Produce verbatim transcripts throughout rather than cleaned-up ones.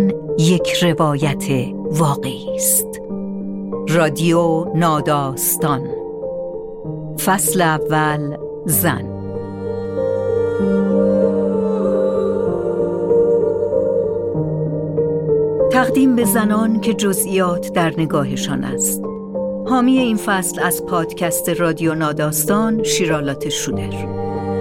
زن یک روایت واقعی است. رادیو ناداستان، فصل اول، زن. تقدیم به زنان که جزئیات در نگاهشان است. حامی این فصل از پادکست رادیو ناداستان شیرالات شودر.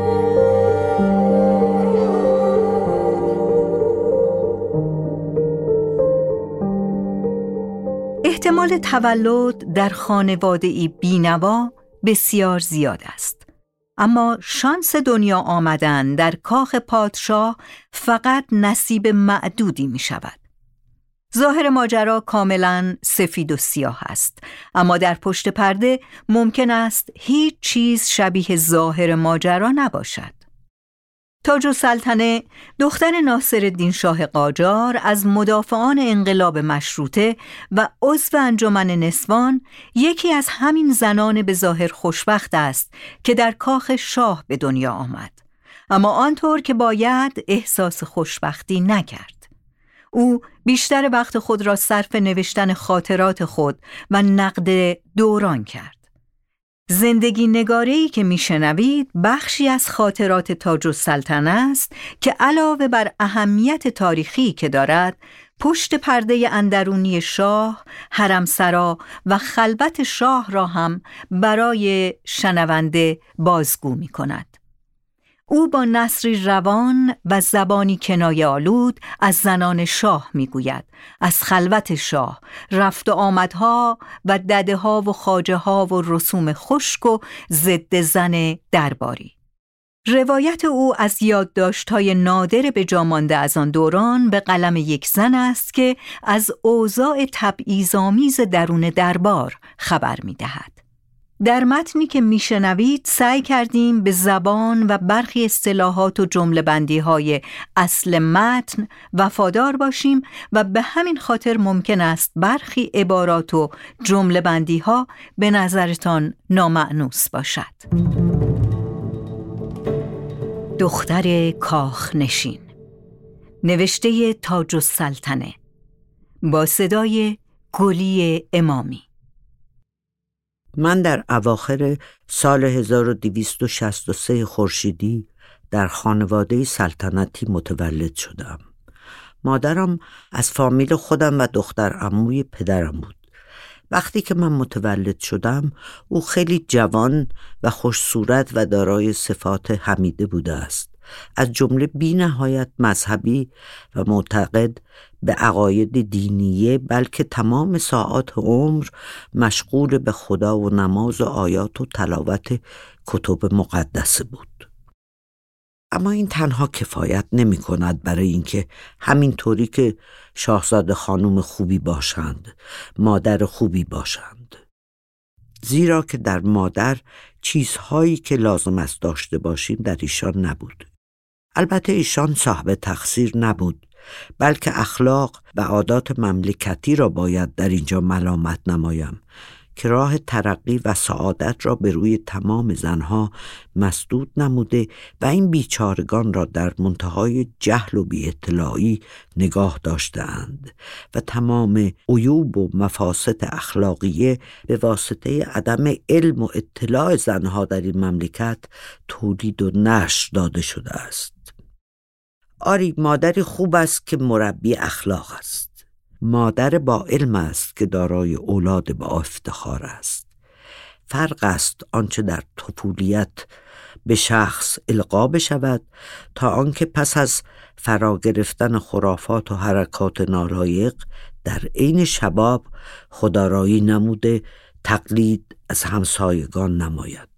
احتمال تولد در خانواده‌ای بی‌نوا بسیار زیاد است، اما شانس دنیا آمدن در کاخ پادشاه فقط نصیب معدودی می شود. ظاهر ماجرا کاملا سفید و سیاه است، اما در پشت پرده ممکن است هیچ چیز شبیه ظاهر ماجرا نباشد. تاج السلطنه، دختر ناصرالدین شاه قاجار، از مدافعان انقلاب مشروطه و عضو انجمن نسوان، یکی از همین زنان به ظاهر خوشبخت است که در کاخ شاه به دنیا آمد، اما آنطور که باید احساس خوشبختی نکرد. او بیشتر وقت خود را صرف نوشتن خاطرات خود و نقد دوران کرد. زندگی نگاره‌ای که میشنوید بخشی از خاطرات تاج السلطنه است که علاوه بر اهمیت تاریخی که دارد، پشت پرده اندرونی شاه، حرمسرا و خلوت شاه را هم برای شنونده بازگو می کند. او با نثری روان و زبانی کنایه آلود از زنان شاه میگوید، از خلوت شاه، رفت و آمدها و دده ها و خواجه ها و رسوم خشک و ضد زن درباری. روایت او از یادداشت‌های نادر به جا مانده از آن دوران به قلم یک زن است که از اوضاع تبعیض‌آمیز درون دربار خبر می‌دهد. در متنی که میشنوید سعی کردیم به زبان و برخی اصطلاحات و جمله بندی های اصل متن وفادار باشیم و به همین خاطر ممکن است برخی عبارات و جمله بندی ها به نظرتان نامأنوس باشد. دختر کاخ نشین، نوشته تاج السلطنه، با صدای گلی امامی. من در اواخر سال هزار و دویست و شصت و سه خورشیدی در خانواده سلطنتی متولد شدم. مادرم از فامیل خودم و دختر عموی پدرم بود. وقتی که من متولد شدم، او خیلی جوان و خوش صورت و دارای صفات حمیده بوده است، از جمله بی نهایت مذهبی و معتقد به عقاید دینیه، بلکه تمام ساعات عمر مشغول به خدا و نماز و آیات و تلاوت کتب مقدسه بود. اما این تنها کفایت نمی کند برای اینکه همین طوری که شاهزاده خانم خوبی باشند، مادر خوبی باشند. زیرا که در مادر چیزهایی که لازم است داشته باشیم در ایشان نبود. البته ایشان صاحب تقصیر نبود، بلکه اخلاق و عادات مملکتی را باید در اینجا ملامت نمایم که راه ترقی و سعادت را به روی تمام زنها مسدود نموده و این بیچارگان را در منتهای جهل و بی اطلاعی نگاه داشتند و تمام عیوب و مفاسد اخلاقیه به واسطه عدم علم و اطلاع زنها در این مملکت تولید و نشر داده شده است. آری، مادری خوب است که مربی اخلاق است. مادر با علم است که دارای اولاد با افتخار است. فرق است آنچه در طفولیت به شخص القا بشود تا آنکه پس از فرا گرفتن خرافات و حرکات نالایق در عین شباب خودآرایی نموده تقلید از همسایگان نماید.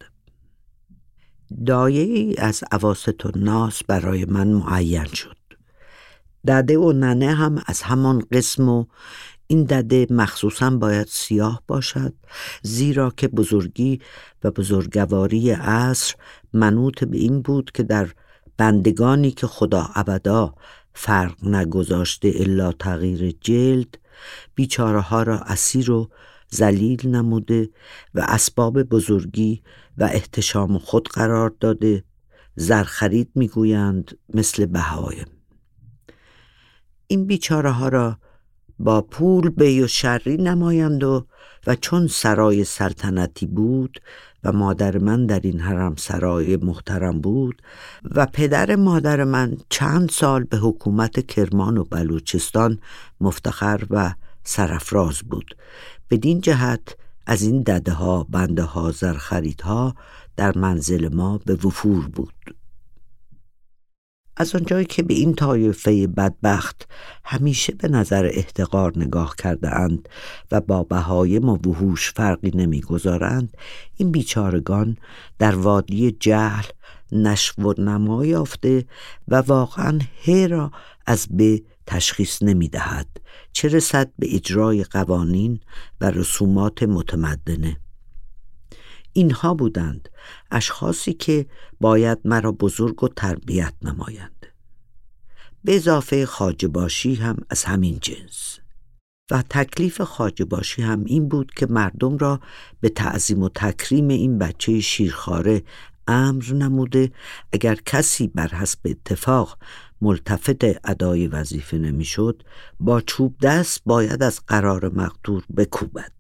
دایه‌ای از اواسط الناس برای من معین شد. دده و ننه هم از همان قسم و این دده مخصوصاً باید سیاه باشد، زیرا که بزرگی و بزرگواری عصر منوط به این بود که در بندگانی که خدا ابدا فرق نگذاشته الا تغییر جلد، بیچاره ها را اسیر و ذلیل نموده و اسباب بزرگی و احتشام خود قرار داده. زرخرید میگویند مثل بهایم. این بیچاره ها را با پول بی و شری نمایند و و چون سرای سلطنتی بود و مادر من در این حرم سرای محترم بود و پدر مادر من چند سال به حکومت کرمان و بلوچستان مفتخر و سرفراز بود، بدین جهت از این دده ها، بنده ها، زرخریدها در منزل ما به وفور بود. از آنجایی که به این طایفه بدبخت همیشه به نظر احتقار نگاه کرده اند و با بهایم و وحوش فرقی نمی گذارند، این بیچارگان در وادی جهل نشو و نما یافته و واقعا هی را از به تشخیص نمی دهد، چه رسد به اجرای قوانین و رسومات متمدنه. اینها بودند اشخاصی که باید مرا بزرگ و تربیت نمایند. به اضافه خواجه باشی هم از همین جنس. و تکلیف خواجه باشی هم این بود که مردم را به تعظیم و تکریم این بچه شیرخواره امر نموده اگر کسی بر حسب اتفاق ملتفت ادای وظیفه نمیشد، با چوب دست باید از قرار مقدور بکوبد.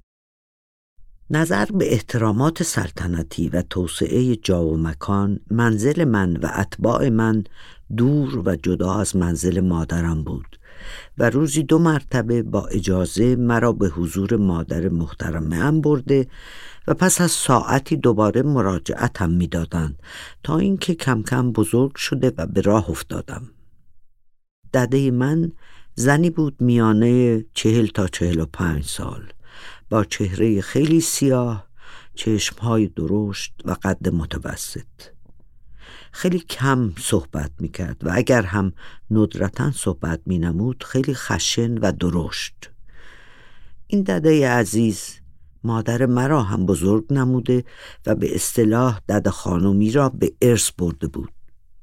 نظر به احترامات سلطنتی و توسعه جا و مکان، منزل من و اتباع من دور و جدا از منزل مادرم بود و روزی دو مرتبه با اجازه مرا به حضور مادر محترمه‌ام برده و پس از ساعتی دوباره مراجعتم می دادند تا اینکه کم کم بزرگ شده و به راه افتادم. دده من زنی بود میانه چهل تا چهل و پنج سال، با چهره خیلی سیاه، چشمهای درشت و قد متوسط. خیلی کم صحبت میکرد و اگر هم ندرتاً صحبت مینمود خیلی خشن و درشت. این دده عزیز مادر مرا هم بزرگ نموده و به اصطلاح دده خانومی را به ارث برده بود.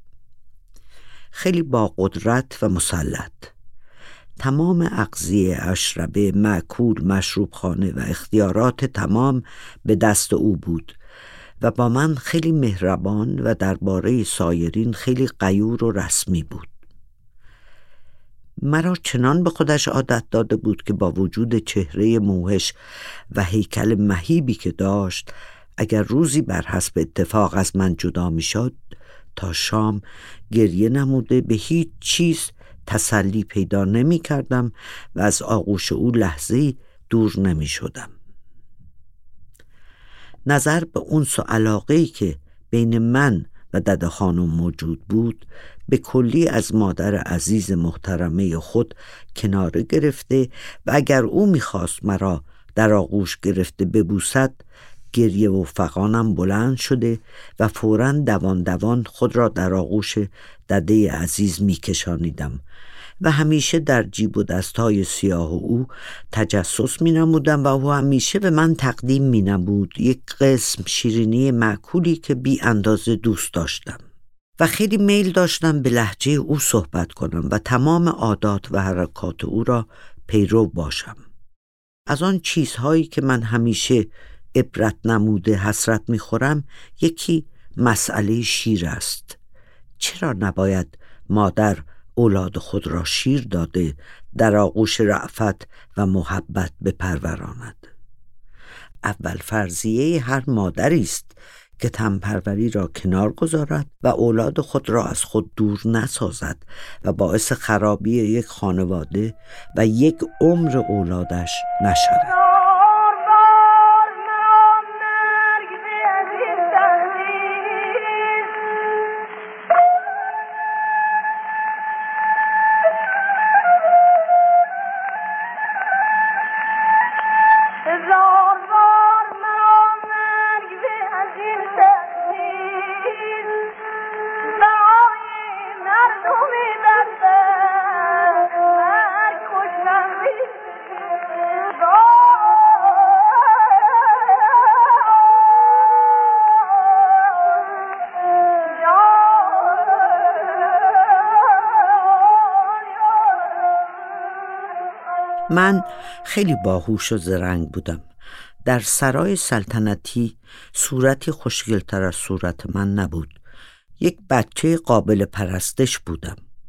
خیلی با قدرت و مسلط. تمام اغذیه، اشربه، مأکول، مشروب خانه و اختیارات تمام به دست او بود و با من خیلی مهربان و درباره سایرین خیلی غیور و رسمی بود. مرا چنان به خودش عادت داده بود که با وجود چهره موهش و هیکل مهیبی که داشت، اگر روزی بر حسب اتفاق از من جدا می شد، تا شام گریه نموده به هیچ چیز تسلی پیدا نمی کردم و از آغوش او لحظه‌ای دور نمی شدم. نظر به اونس و علاقه‌ای که بین من و دده خانم موجود بود، به کلی از مادر عزیز محترمه خود کناره گرفته و اگر او می‌خواست مرا در آغوش گرفته ببوسد، گریه و فغانم بلند شده و فوراً دوان دوان خود را در آغوش دده عزیز می‌کشانیدم و همیشه در جیب و دستهای سیاه او تجسس می نمودم و او همیشه به من تقدیم می نمود یک قسم شیرینی مأکولی که بی اندازه دوست داشتم و خیلی میل داشتم به لهجه او صحبت کنم و تمام عادات و حرکات او را پیرو باشم. از آن چیزهایی که من همیشه عبرت نموده حسرت می خورم، یکی مسئله شیر است. چرا نباید مادر اولاد خود را شیر داده در آغوش رأفت و محبت بپروراند؟ اول فرضیه هر مادری است که تن‌پروری را کنار گذارد و اولاد خود را از خود دور نسازد و باعث خرابی یک خانواده و یک عمر اولادش نشود. من خیلی باهوش و زرنگ بودم. در سرای سلطنتی صورتی خوشگل‌تر از صورت من نبود. یک بچه قابل پرستش بودم.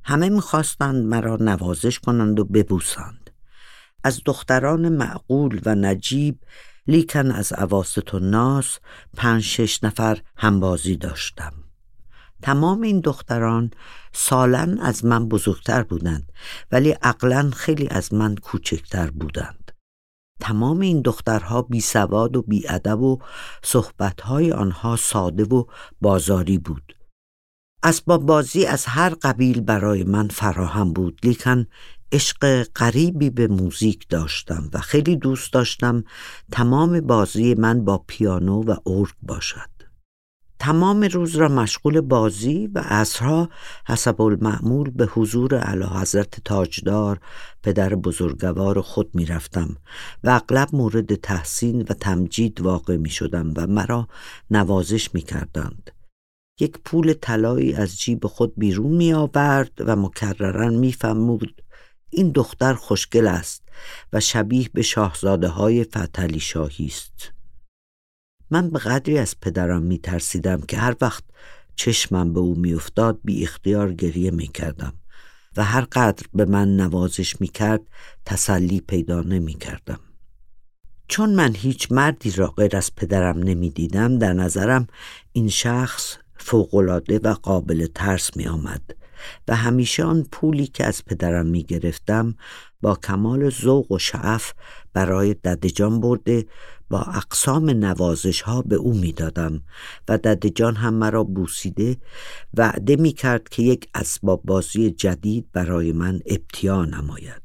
همه می‌خواستند مرا نوازش کنند و ببوسند. از دختران معقول و نجیب لیکن از اواسط و ناس پنج شش نفر همبازی داشتم. تمام این دختران سالن از من بزرگتر بودند ولی عقلاً خیلی از من کوچکتر بودند. تمام این دخترها بی سواد و بی ادب و صحبتهای آنها ساده و بازاری بود. اسباب بازی از هر قبیل برای من فراهم بود، لیکن عشق غریبی به موزیک داشتم و خیلی دوست داشتم تمام بازی من با پیانو و ارگ باشد. تمام روز را مشغول بازی و عصرها حسب المعمول به حضور اعلیحضرت تاجدار پدر بزرگوار خود می رفتم و اغلب مورد تحسین و تمجید واقع می شدم و مرا نوازش می کردند. یک پول طلایی از جیب خود بیرون می آورد و مکرراً می فرمود این دختر خوشگل است و شبیه به شاهزاده های فتحعلی شاهی است. من به قدری از پدرم می ترسیدم که هر وقت چشمم به او می افتاد بی اختیار گریه می کردم و هر قدر به من نوازش می کرد تسلی پیدا نمی کردم. چون من هیچ مردی را غیر از پدرم نمی دیدم، در نظرم این شخص فوق‌العاده و قابل ترس می آمد و همیشه آن پولی که از پدرم می گرفتم با کمال ذوق و شعف برای ددجان برده با اقسام نوازش ها به او می دادم و ددجان هم مرا بوسیده وعده می کرد که یک اسباب بازی جدید برای من ابتیا نماید.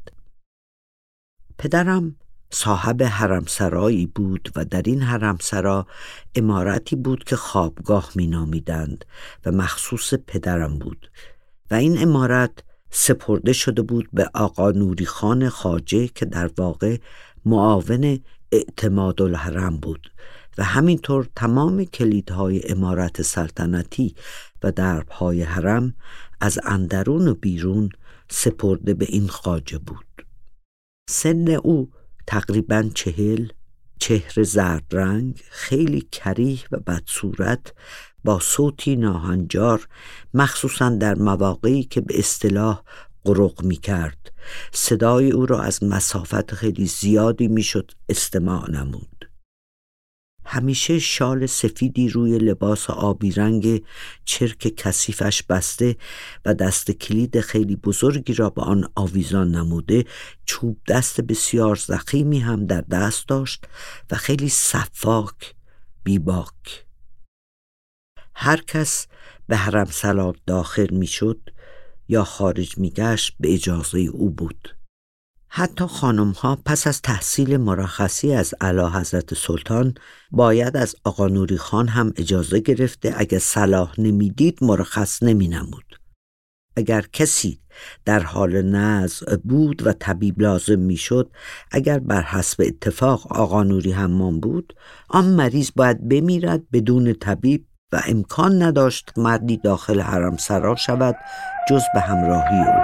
پدرم صاحب حرمسرایی بود و در این حرمسرا عمارتی بود که خوابگاه می نامیدند و مخصوص پدرم بود و این عمارت سپرده شده بود به آقا نوری خان خواجه که در واقع معاون اعتماد الحرم بود و همینطور تمام کلیدهای عمارت سلطنتی و دربهای حرم از اندرون و بیرون سپرده به این خواجه بود. سن او تقریباً چهل، چهره زرد رنگ، خیلی کریه و بدصورت، با صوتی ناهنجار، مخصوصاً در مواقعی که به اصطلاح قرق می کرد. صدای او را از مسافت خیلی زیادی می شد استماع نمود. همیشه شال سفیدی روی لباس آبی رنگ چرک کثیفش بسته و دست کلید خیلی بزرگی را به آن آویزان نموده، چوب دست بسیار ضخیمی هم در دست داشت و خیلی صفاک بیباک. هر کس به حرمسرا داخل می شد یا خارج می گشت به اجازه او بود. حتی خانم ها پس از تحصیل مرخصی از اعلیحضرت سلطان باید از آقا نوری خان هم اجازه گرفته اگر صلاح نمیدید مرخص نمی نمود. اگر کسی در حال نزع بود و طبیب لازم می شد، اگر بر حسب اتفاق آقا نوری حمام بود، آن مریض باید بمیرد بدون طبیب و امکان نداشت مردی داخل حرمسرا شود جز به همراهی او.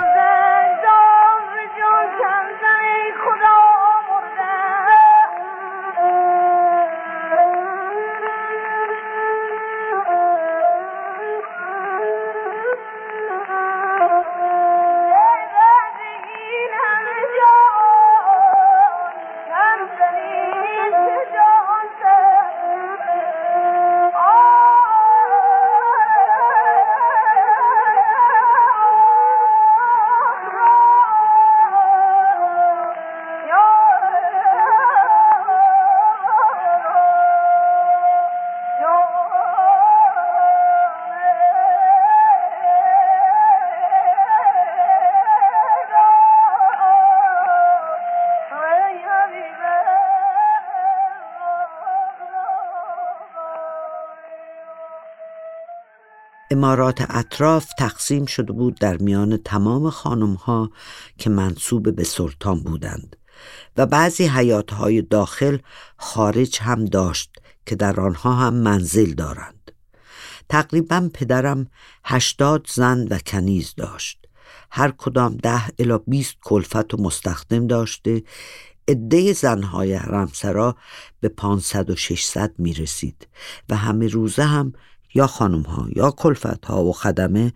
امارات اطراف تقسیم شده بود در میان تمام خانم‌ها که منسوب به سلطان بودند و بعضی حیاط‌های داخل خارج هم داشت که در آنها هم منزل دارند. تقریباً پدرم هشتاد زن و کنیز داشت. هر کدام ده الی بیست کلفت و مستخدم داشته. عده زنهای حرمسرا به پانصد و ششصد می رسید و همه روزه هم یا خانم ها یا کلفت ها و خدمه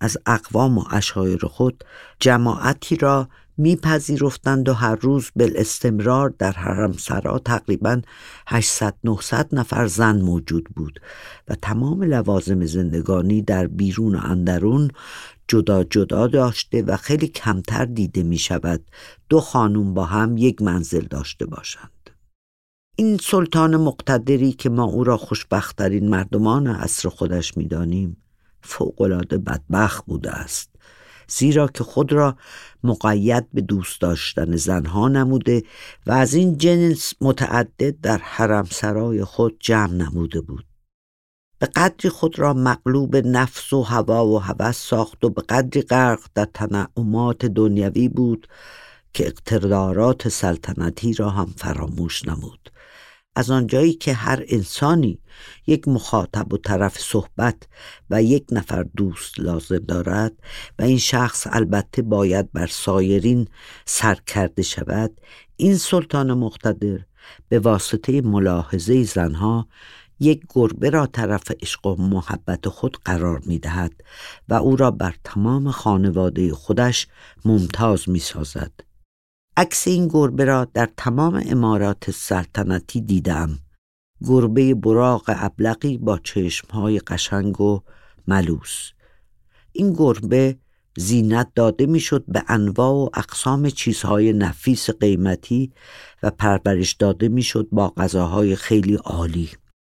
از اقوام و عشایر خود جماعتی را میپذیرفتند و هر روز بالاستمرار در حرمسرا تقریباً هشتصد نهصد نفر زن موجود بود و تمام لوازم زندگانی در بیرون و اندرون جدا جدا داشته و خیلی کمتر دیده می شود دو خانم با هم یک منزل داشته باشند. این سلطان مقتدری که ما او را خوشبخت‌ترین مردمان عصر خودش می دانیم فوق‌العاده بدبخت بوده است، زیرا که خود را مقید به دوست داشتن زنها نموده و از این جنس متعدد در حرمسرای خود جمع نموده بود. به قدری خود را مغلوب نفس و هوا و هوس ساخت و به قدری غرق در تنعمات دنیوی بود که اقتدارات سلطنتی را هم فراموش نمود. از آنجایی که هر انسانی یک مخاطب و طرف صحبت و یک نفر دوست لازم دارد و این شخص البته باید بر سایرین سر کرده شود، این سلطان مقتدر به واسطه ملاحظه زنها یک گربه را طرف عشق و محبت خود قرار می دهد و او را بر تمام خانواده خودش ممتاز می سازد. عکس این گربه را در تمام امارات سلطنتی دیدم. گربه براق ابلقی با چشمهای قشنگ و ملوس. این گربه زینت داده می شد به انواع و اقسام چیزهای نفیس قیمتی و پرورش داده می شد با غذاهای خیلی عالی.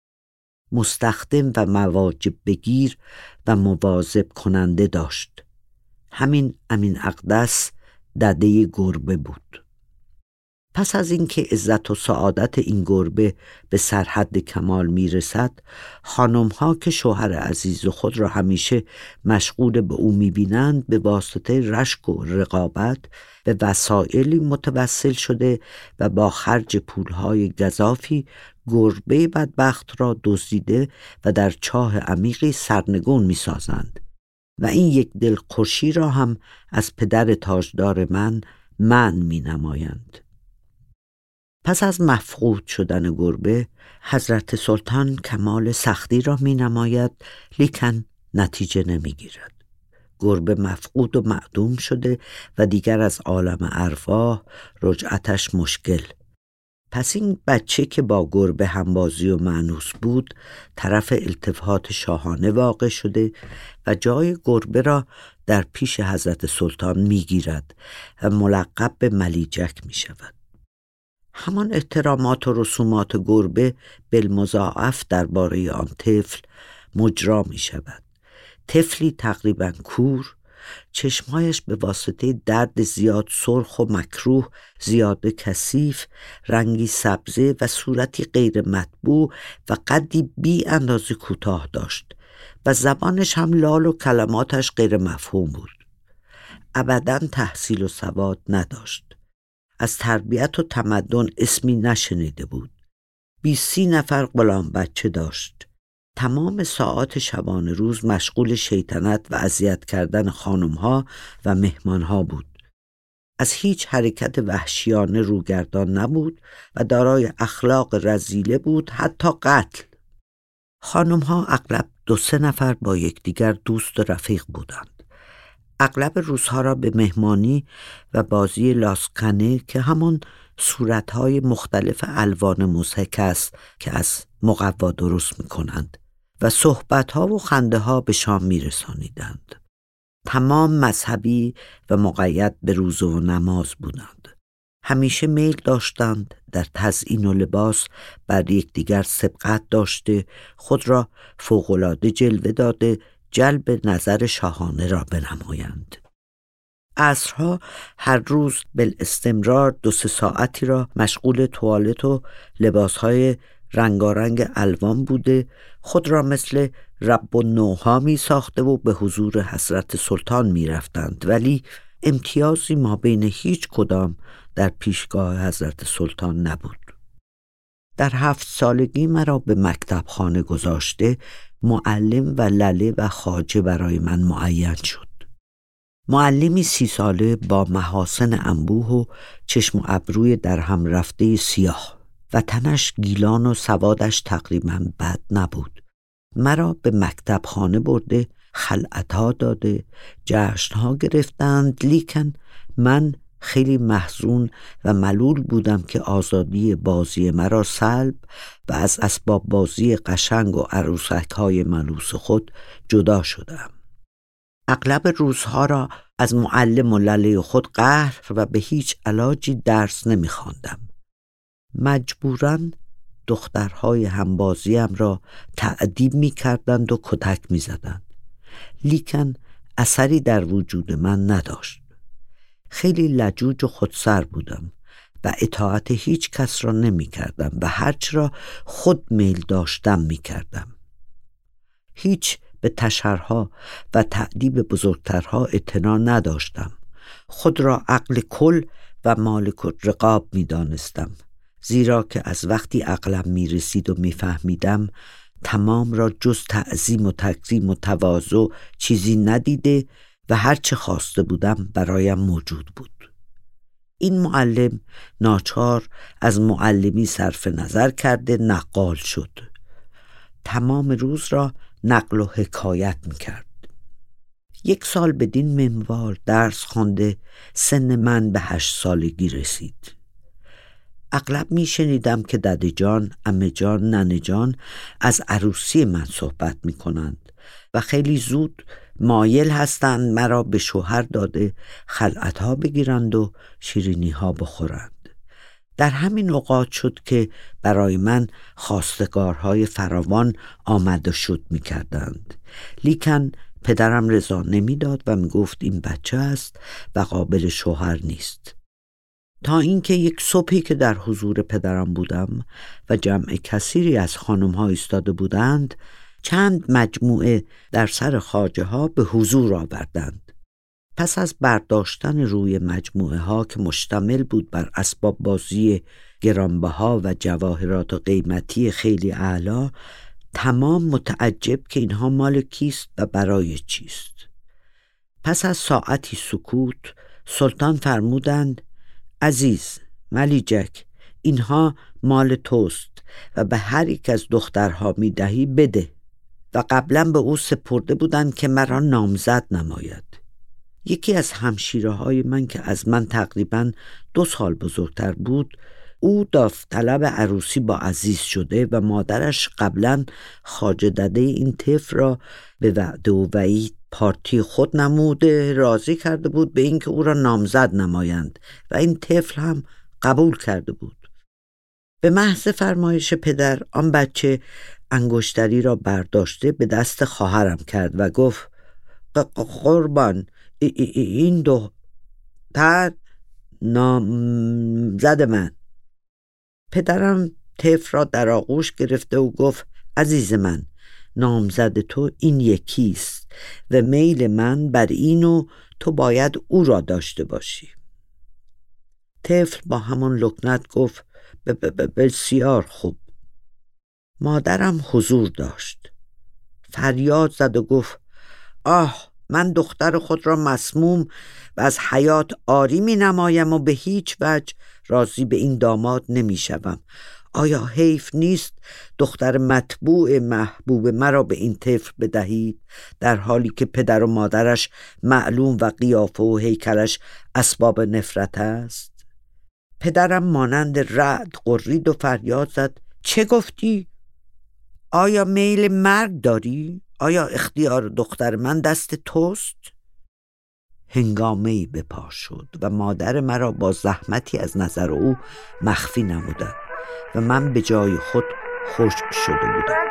مستخدم و مواجب بگیر و مواظب کننده داشت. همین امین اقدس دده گربه بود. پس از اینکه عزت و سعادت این گربه به سرحد کمال میرسد، خانم‌ها که شوهر عزیز خود را همیشه مشغول به او می‌بینند به واسطه رشک و رقابت به وسایلی متوسل شده و با خرج پولهای گزافی گربه بدبخت را دزدیده و در چاه عمیقی سرنگون می‌سازند و این یک دلخوشی را هم از پدر تاجدار من منع می‌نمایند. پس از مفقود شدن گربه، حضرت سلطان کمال سختی را می نماید لیکن نتیجه نمی گیرد. گربه مفقود و معدوم شده و دیگر از عالم ارواح رجعتش مشکل. پس این بچه که با گربه همبازی و مانوس بود طرف التفات شاهانه واقع شده و جای گربه را در پیش حضرت سلطان می گیرد و ملقب به ملیجک می شود. همان احترامات و رسومات گربه بالمضاعف درباره آن طفل مجرا می شود. طفلی تقریبا کور، چشمایش به واسطه درد زیاد سرخ و مکروه، زیاد کثیف، رنگی سبزه و صورتی غیر مطبوع و قدی بی اندازه کوتاه داشت و زبانش هم لال و کلماتش غیر مفهوم بود. ابداً تحصیل و سواد نداشت. از تربیت و تمدن اسمی نشنیده بود. بیسی نفر غلام بچه داشت. تمام ساعات شبانه روز مشغول شیطنت و اذیت کردن خانمها و مهمانها بود. از هیچ حرکت وحشیانه روگردان نبود و دارای اخلاق رذیله بود، حتی قتل. خانمها اغلب دو سه نفر با یکدیگر دوست و رفیق بودند. اغلب روزها را به مهمانی و بازی لاسکنه که همان صورتهای مختلف الوان مضحک است که از مقوا درست می کنند و صحبتها و خنده ها به شام می رسانیدند. تمام مذهبی و مقید به روزه و نماز بودند. همیشه میل داشتند در تزیین و لباس بر یکدیگر سبقت داشته خود را فوق‌العاده جلوه داده جلب نظر شاهانه را بنمایند. عصرها هر روز بالاستمرار دو سه ساعتی را مشغول توالت و لباسهای رنگارنگ الوان بوده، خود را مثل رب النوحا می ساخته و به حضور حضرت سلطان می رفتند، ولی امتیازی ما بین هیچ کدام در پیشگاه حضرت سلطان نبود. در هفت سالگی مرا به مکتب خانه گذاشته معلم و لله و خواجه برای من معین شد. معلمی سی ساله با محاسن انبوه و چشم و ابروی در هم رفته سیاه و تنش گیلان و سوادش تقریبا بد نبود. مرا به مکتب خانه برده خلعت‌ها داده، جشن‌ها گرفتند، لیکن من خیلی محزون و ملول بودم که آزادی بازی مرا سلب و از اسباب بازی قشنگ و عروسک‌های ملوس خود جدا شدم. اغلب روزها را از معلم و لله خود قهر و به هیچ علاجی درس نمی‌خواندم. مجبوراً دخترهای همبازیم را تعذیب می‌کردند و کتک می‌زدند، لیکن اثری در وجود من نداشت. خیلی لجوج و خودسر بودم و اطاعت هیچ کس را نمی کردم و هرچه را خود میل داشتم می کردم. هیچ به تشرها و تأدیب بزرگترها اعتنا نداشتم. خود را عقل کل و مالک الرقاب می دانستم، زیرا که از وقتی عقلم می رسید و می فهمیدم تمام را جز تعظیم و تکریم و تواضع چیزی ندیده و هر چه خواسته بودم برایم موجود بود. این معلم ناچار از معلمی صرف نظر کرده نقال شد. تمام روز را نقل و حکایت می‌کرد. یک سال بدین منوال درس خوانده سن من به هشت سالگی رسید. اغلب می شنیدم که دده جان، عمه جان، ننه جان از عروسی من صحبت می کنند و خیلی زود مایل هستند مرا به شوهر داده خلعتها بگیرند و شیرینیها بخورند. در همین اوقات شد که برای من خواستگارهای فراوان آمد و شد می کردند، لیکن پدرم رضا نمی داد و می گفت این بچه است و قابل شوهر نیست. تا اینکه یک صبحی که در حضور پدرم بودم و جمع کثیری از خانم‌ها ایستاده بودند، چند مجموعه در سر خواجه ها به حضور آوردند. پس از برداشتن روی مجموعه ها که مشتمل بود بر اسباب بازی گرانبها و جواهرات قیمتی خیلی اعلی، تمام متعجب که اینها مال کیست و برای چیست. پس از ساعتی سکوت سلطان فرمودند: عزیز ملیجک، اینها مال توست و به هر یک از دخترها می دهی بده. و قبلا به او سپرده بودند که مرا نامزد نماید. یکی از همشیره های من که از من تقریباً دو سال بزرگتر بود، او داوطلب عروسی با عزیز شده و مادرش قبلا خواجه دده این طفل را به وعده و وعید پارتی خود نموده راضی کرده بود به اینکه او را نامزد نمایند و این طفل هم قبول کرده بود. به محض فرمایش پدر آن بچه انگشتری را برداشته به دست خواهرم کرد و گفت: قربان، این دختر نامزد من. پدرم طفل را در آغوش گرفته و گفت: عزیز من، نامزد تو این یکیست و میل من بر این و تو باید او را داشته باشی. طفل با همان لکنت گفت: بسیار خوب. مادرم حضور داشت. فریاد زد و گفت: آه، من دختر خود را مسموم و از حیات عاری می نمایم و به هیچ وجه راضی به این داماد نمی شوم. آیا حیف نیست دختر مطبوع محبوب مرا به این طفل بدهید، در حالی که پدر و مادرش معلوم و قیافه و هیکلش اسباب نفرت است؟ پدرم مانند رعد غرید و فریاد زد: چه گفتی؟ آیا میل مرگ داری؟ آیا اختیار دختر من دست توست؟ هنگامه‌ای به پا شد و مادر مرا با زحمتی از نظر او مخفی نمودند و من به جای خود خشک شده بودم.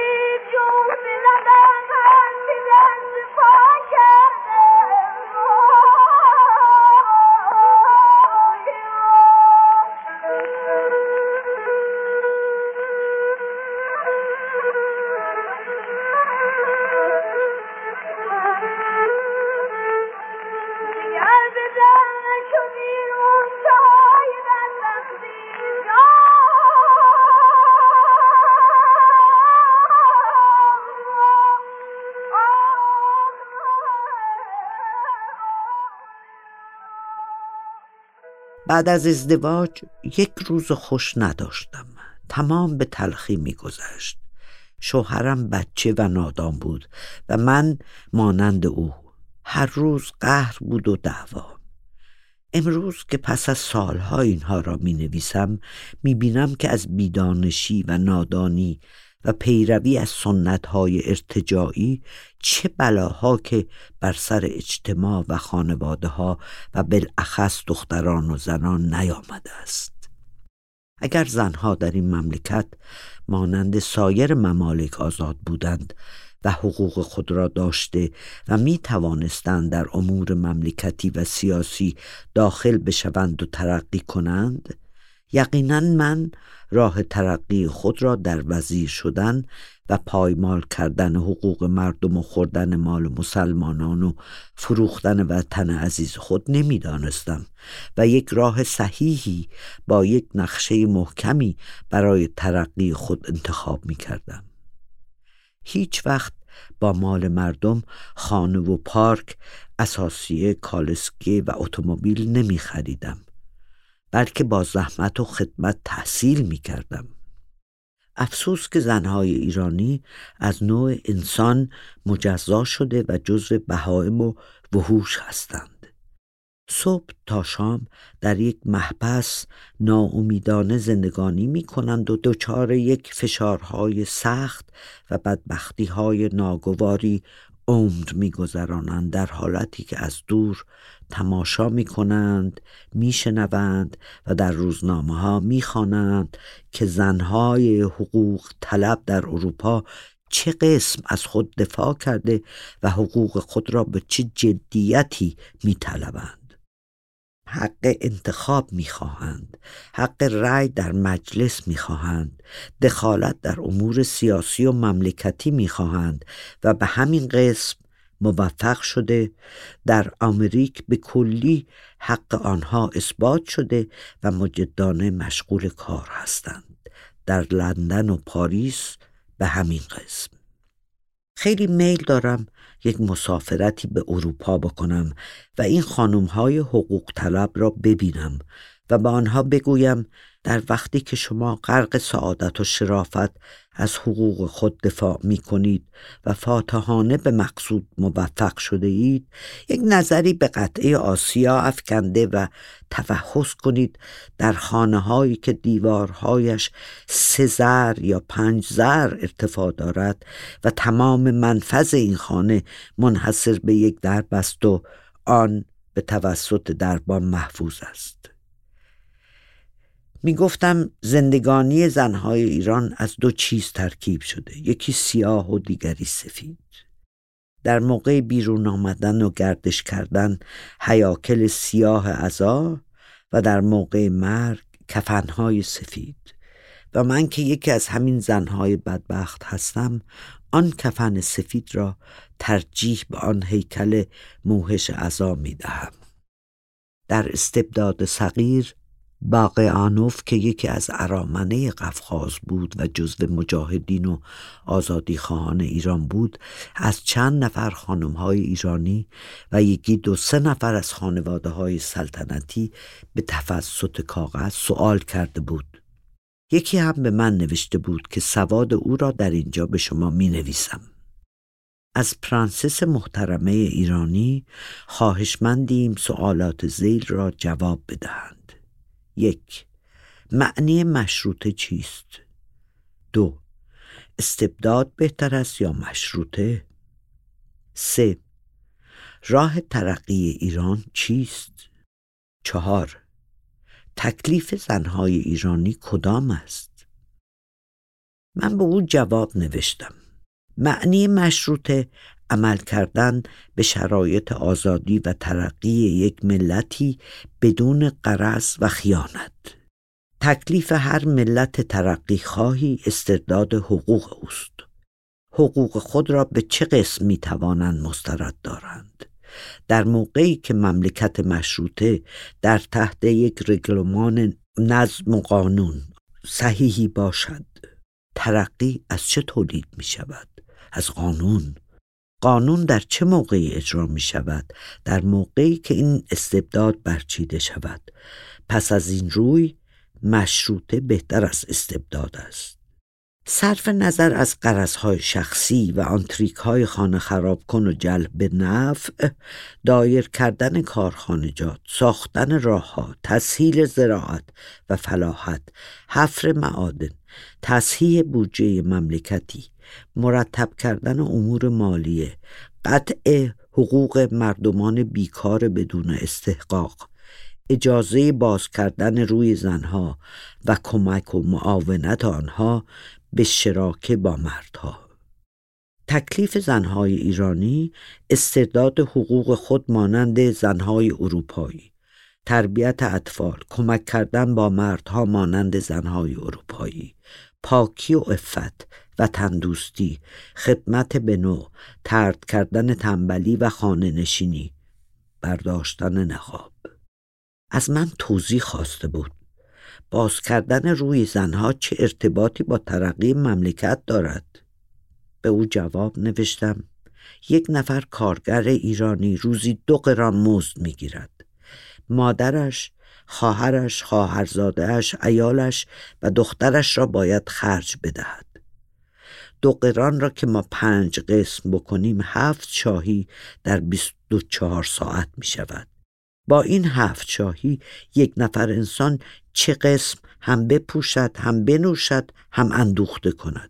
بعد از ازدواج یک روز خوش نداشتم. تمام به تلخی می گذشت. شوهرم بچه و نادان بود و من مانند او. هر روز قهر بود و دعوا. امروز که پس از سالها اینها را می نویسم می بینم که از بیدانشی و نادانی و پیروی از سنت‌های ارتجاعی چه بلاها که بر سر اجتماع و خانواده‌ها و بالاخص دختران و زنان نیامده است. اگر زنها در این مملکت مانند سایر ممالک آزاد بودند و حقوق خود را داشته و می توانستند در امور مملکتی و سیاسی داخل بشوند و ترقی کنند، یقیناً من راه ترقی خود را در وزیر شدن و پایمال کردن حقوق مردم و خوردن مال مسلمانان و فروختن وطن عزیز خود نمی دانستم و یک راه صحیحی با یک نقشه محکمی برای ترقی خود انتخاب می کردم. هیچ وقت با مال مردم خانه و پارک، اساسیه، کالسکه و اتومبیل نمی خریدم، بلکه با زحمت و خدمت تحصیل می کردم. افسوس که زنهای ایرانی از نوع انسان مجزا شده و جزو بهائم و وحوش هستند. صبح تا شام در یک محبس ناامیدانه زندگانی می کنند و دچار یک فشارهای سخت و بدبختیهای ناگواری عمر می گذرانند، در حالتی که از دور تماشا می کنند، می شنوند و در روزنامه ها می خوانند که زنهای حقوق طلب در اروپا چه قسم از خود دفاع کرده و حقوق خود را به چه جدیتی می طلبند. حق انتخاب می‌خواهند، حق رأی در مجلس می‌خواهند، دخالت در امور سیاسی و مملکتی می‌خواهند و به همین قسم موفق شده. در آمریک به کلی حق آنها اثبات شده و مجدانه مشغول کار هستند. در لندن و پاریس به همین قسم. خیلی میل دارم یک مسافرتی به اروپا بکنم و این خانم‌های حقوق طلب را ببینم و به آنها بگویم در وقتی که شما غرق سعادت و شرافت از حقوق خود دفاع می کنید و فاتحانه به مقصود موفق شده اید، یک نظری به قطعه آسیا افکنده و تفحص کنید در خانه هایی که دیوارهایش سه زر یا پنج زر ارتفاع دارد و تمام منفذ این خانه منحصر به یک درب است و آن به توسط دربان محفوظ است. می گفتم زندگانی زنهای ایران از دو چیز ترکیب شده، یکی سیاه و دیگری سفید. در موقع بیرون آمدن و گردش کردن هیاکل سیاه عزا و در موقع مرگ کفنهای سفید. و من که یکی از همین زنهای بدبخت هستم، آن کفن سفید را ترجیح به آن هیکل موحش عزا می دهم. در استبداد صغیر باقیانوف که یکی از ارامنه قفقاز بود و جزو مجاهدین و آزادی خواهان ایران بود، از چند نفر خانم‌های ایرانی و یکی دو سه نفر از خانواده‌های سلطنتی به تفسط کاغذ سوال کرده بود. یکی هم به من نوشته بود که سواد او را در اینجا به شما می نویسم. از پرنسس محترمه ایرانی خواهشمندیم سوالات ذیل را جواب بدهند. یک، معنی مشروطه چیست؟ دو، استبداد بهتر است یا مشروطه؟ سه، راه ترقی ایران چیست؟ چهار، تکلیف زنهای ایرانی کدام است؟ من به او جواب نوشتم. معنی مشروطه عمل کردن به شرایط آزادی و ترقی یک ملتی بدون غرض و خیانت. تکلیف هر ملت ترقی خواهی استرداد حقوق اوست. حقوق خود را به چه قسم می توانند مسترد دارند؟ در موقعی که مملکت مشروطه در تحت یک رگلمان نظم و قانون صحیحی باشد، ترقی از چه تولید می شود؟ از قانون. قانون در چه موقعی اجرا می شود؟ در موقعی که این استبداد برچیده شود. پس از این روی مشروطه بهتر از استبداد است. صرف نظر از غرضهای شخصی و آنتریک‌های خانه خراب کن و جلب نفع، دایر کردن کارخانجات، ساختن راه‌ها، تسهیل زراعت و فلاحت، حفر معادن، تصحیح بودجه مملکتی، مرتب کردن امور مالیه، قطع حقوق مردمان بیکار بدون استحقاق، اجازه باز کردن روی زنها و کمک و معاونت آنها به شراکه با مردها. تکلیف زنهای ایرانی استرداد حقوق خود مانند زنهای اروپایی، تربیت اطفال، کمک کردن با مردها مانند زنهای اروپایی، پاکی و عفت و تندوستی، خدمت به نوع، طرد کردن تنبلی و خانه نشینی، برداشتن نقاب. از من توضیح خواسته بود. باز کردن روی زنها چه ارتباطی با ترقی مملکت دارد؟ به او جواب نوشتم: یک نفر کارگر ایرانی روزی دو قران مزد میگیرد. مادرش، خواهرش، خواهرزاده‌اش، عیالش و دخترش را باید خرج بدهد. دو قران را که ما پنج قسم بکنیم هفت شاهی در بیست و چهار ساعت می شود. با این هفت شاهی یک نفر انسان چه قسم هم بپوشد، هم بنوشد، هم اندوخته کند.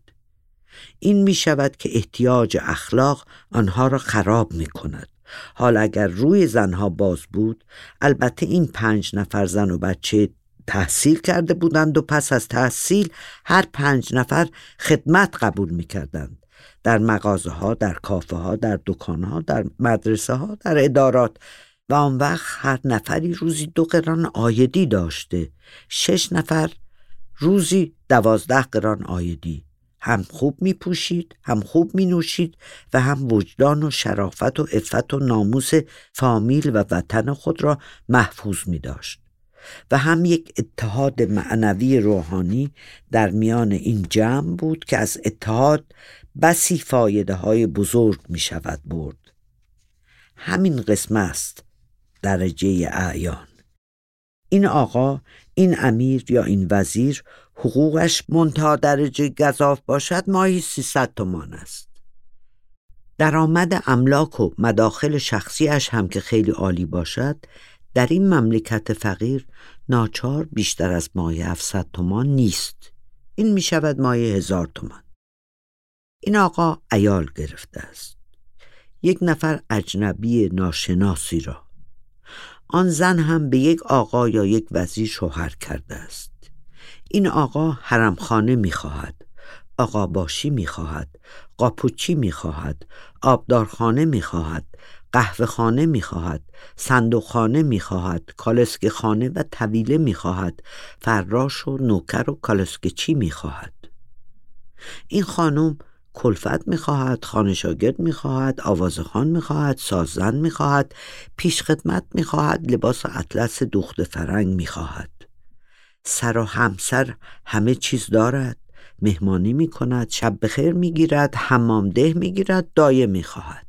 این می شود که احتیاج اخلاق آنها را خراب می کند. حال اگر روی زنها باز بود، البته این پنج نفر زن و بچه تحصیل کرده بودند و پس از تحصیل هر پنج نفر خدمت قبول می کردند. در مغازه ها، در کافه ها، در دکان ها، در مدرسه ها، در ادارات، و آن وقت هر نفری روزی دو قران عایدی داشته. شش نفر روزی دوازده قران عایدی. هم خوب می پوشید، هم خوب می نوشید و هم وجدان و شرافت و عفت و ناموس فامیل و وطن خود را محفوظ می داشت. و هم یک اتحاد معنوی روحانی در میان این جمع بود که از اتحاد بسی فایده های بزرگ می شود برد. همین قسم است درجه اعیان. این آقا، این امیر یا این وزیر حقوقش منتها درجه گزاف باشد ماهی سیصد تومان است. درآمد املاک و مداخل شخصیش هم که خیلی عالی باشد، در این مملکت فقیر ناچار بیشتر از ماهی هفتصد تومان نیست. این می شود ماهی هزار تومان. این آقا عیال گرفته است. یک نفر اجنبی ناشناسی را. آن زن هم به یک آقا یا یک وزیر شوهر کرده است. این آقا حرمخانه می خواهد، آقا باشی می خواهد، قاپوچی می خواهد، آبدارخانه می خواهد، قهوه خانه می خواهد، صندوق خانه می خواهد، کالسکه خانه و طویله می خواهد، فراش و نوکر و کالسکه چی می خواهد. این خانم کلفت می خواهد، خانه شاگرد می خواهد، آوازخوان می خواهد، سازن می خواهد، پیش خدمت می خواهد، لباس اطلس دوخت فرنگ می خواهد. سر و همسر همه چیز دارد، مهمانی می کند، شب بخیر می گیرد، حمامده می گیرد، دایه می خواهد.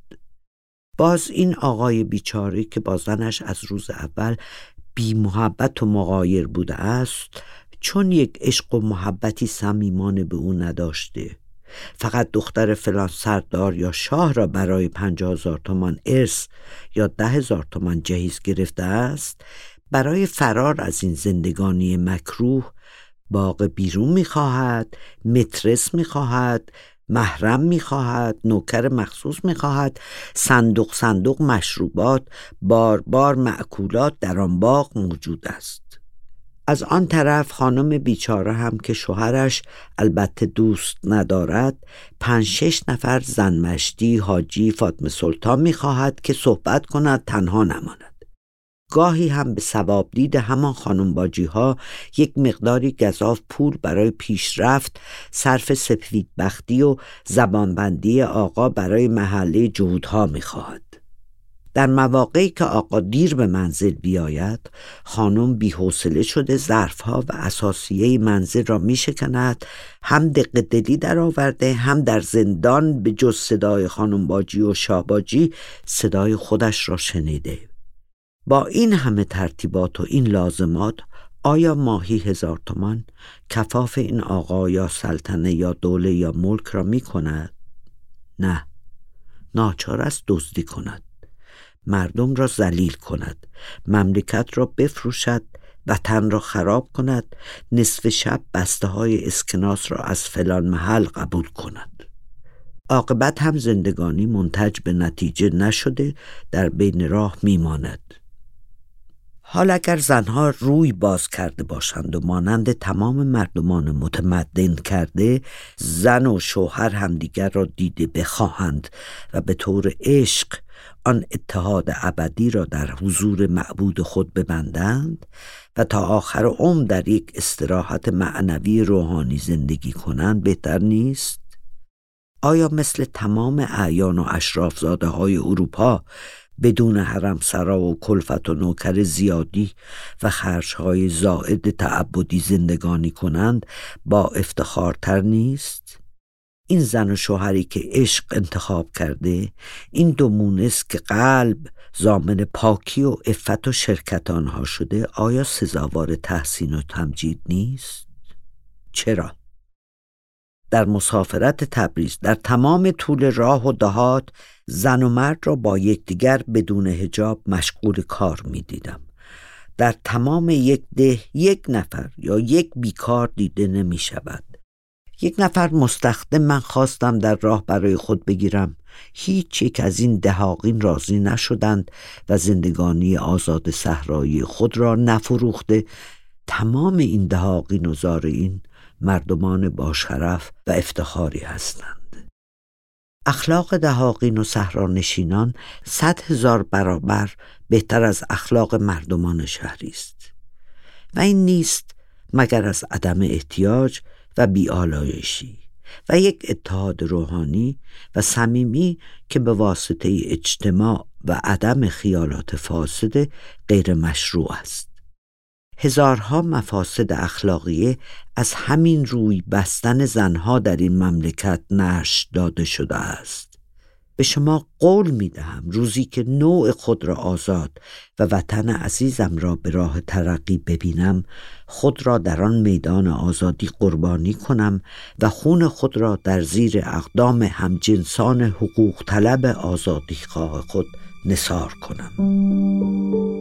باز این آقای بیچاره که با زنش از روز اول بی محبت و مغایر بوده است، چون یک عشق و محبتی صمیمانه به او نداشته، فقط دختر فلان سردار یا شاه را برای پنجاه هزار تومان ارث یا ده هزار تومان جهیز گرفته است، برای فرار از این زندگانی مکروه باغ بیرون می‌خواهد، مترس می‌خواهد، محرم می‌خواهد، نوکر مخصوص می‌خواهد، صندوق صندوق مشروبات، بار بار مأکولات در آن باغ موجود است. از آن طرف خانم بیچاره هم که شوهرش البته دوست ندارد، پنج شش نفر زن مشتی، حاجی، فاطمه سلطان می‌خواهد که صحبت کند، تنها نماند. گاهی هم به ثواب دید همان خانم باجی ها یک مقداری گزاف پول برای پیشرفت، صرف سفیدبختی و زبانبندی آقا برای محله جهودها می خواهد. در مواقعی که آقا دیر به منزل بیاید، خانم بی‌حوصله شده ظرفها و اساسیه منزل را می شکند، هم دق دلی در آورده، هم در زندان به جز صدای خانم باجی و شاهباجی صدای خودش را شنیده. با این همه ترتیبات و این لازمات، آیا ماهی هزار تومان کفاف این آقا یا سلطنه یا دوله یا ملک را می کند؟ نه، ناچار است دزدی کند، مردم را ذلیل کند، مملکت را بفروشد، وطن را خراب کند، نصف شب بسته های اسکناس را از فلان محل قبول کند. عاقبت هم زندگانی منتج به نتیجه نشده در بین راه میماند. حال اگر زنها روی باز کرده باشند و مانند تمام مردمان متمدن کرده زن و شوهر همدیگر را دیده بخواهند و به طور عشق آن اتحاد ابدی را در حضور معبود خود ببندند و تا آخر عمر در یک استراحت معنوی روحانی زندگی کنند، بهتر نیست؟ آیا مثل تمام اعیان و اشرافزاده های اروپا بدون حرم سرا و کلفت و نوکر زیادی و خرجهای زائد تعبدی زندگانی کنند با افتخارتر نیست؟ این زن و شوهری که عشق انتخاب کرده، این دو مونس که قلب ضامن پاکی و عفت و شرکت آنها شده، آیا سزاوار تحسین و تمجید نیست؟ چرا؟ در مسافرت تبریز در تمام طول راه و دهات زن و مرد را با یکدیگر بدون حجاب مشغول کار می دیدم. در تمام یک ده یک نفر یا یک بیکار دیده نمی شود. یک نفر مستخدم من خواستم در راه برای خود بگیرم، هیچ یک از این دهاقین راضی نشدند و زندگانی آزاد صحرایی خود را نفروخته. تمام این دهاقین و زارعین مردمان باشرف و افتخاری هستند. اخلاق دهاقین و صحرانشینان صد هزار برابر بهتر از اخلاق مردمان شهری است و این نیست مگر از عدم احتیاج و بی‌آلایشی و یک اتحاد روحانی و صمیمی که به واسطه اجتماع و عدم خیالات فاسد غیر مشروع است. هزارها مفاسد اخلاقیه از همین روی بستن زنها در این مملکت نشر داده شده است. به شما قول می دهم روزی که نوع خود را آزاد و وطن عزیزم را به راه ترقی ببینم، خود را در آن میدان آزادی قربانی کنم و خون خود را در زیر اقدام همجنسان حقوق طلب آزادی خواه خود نثار کنم.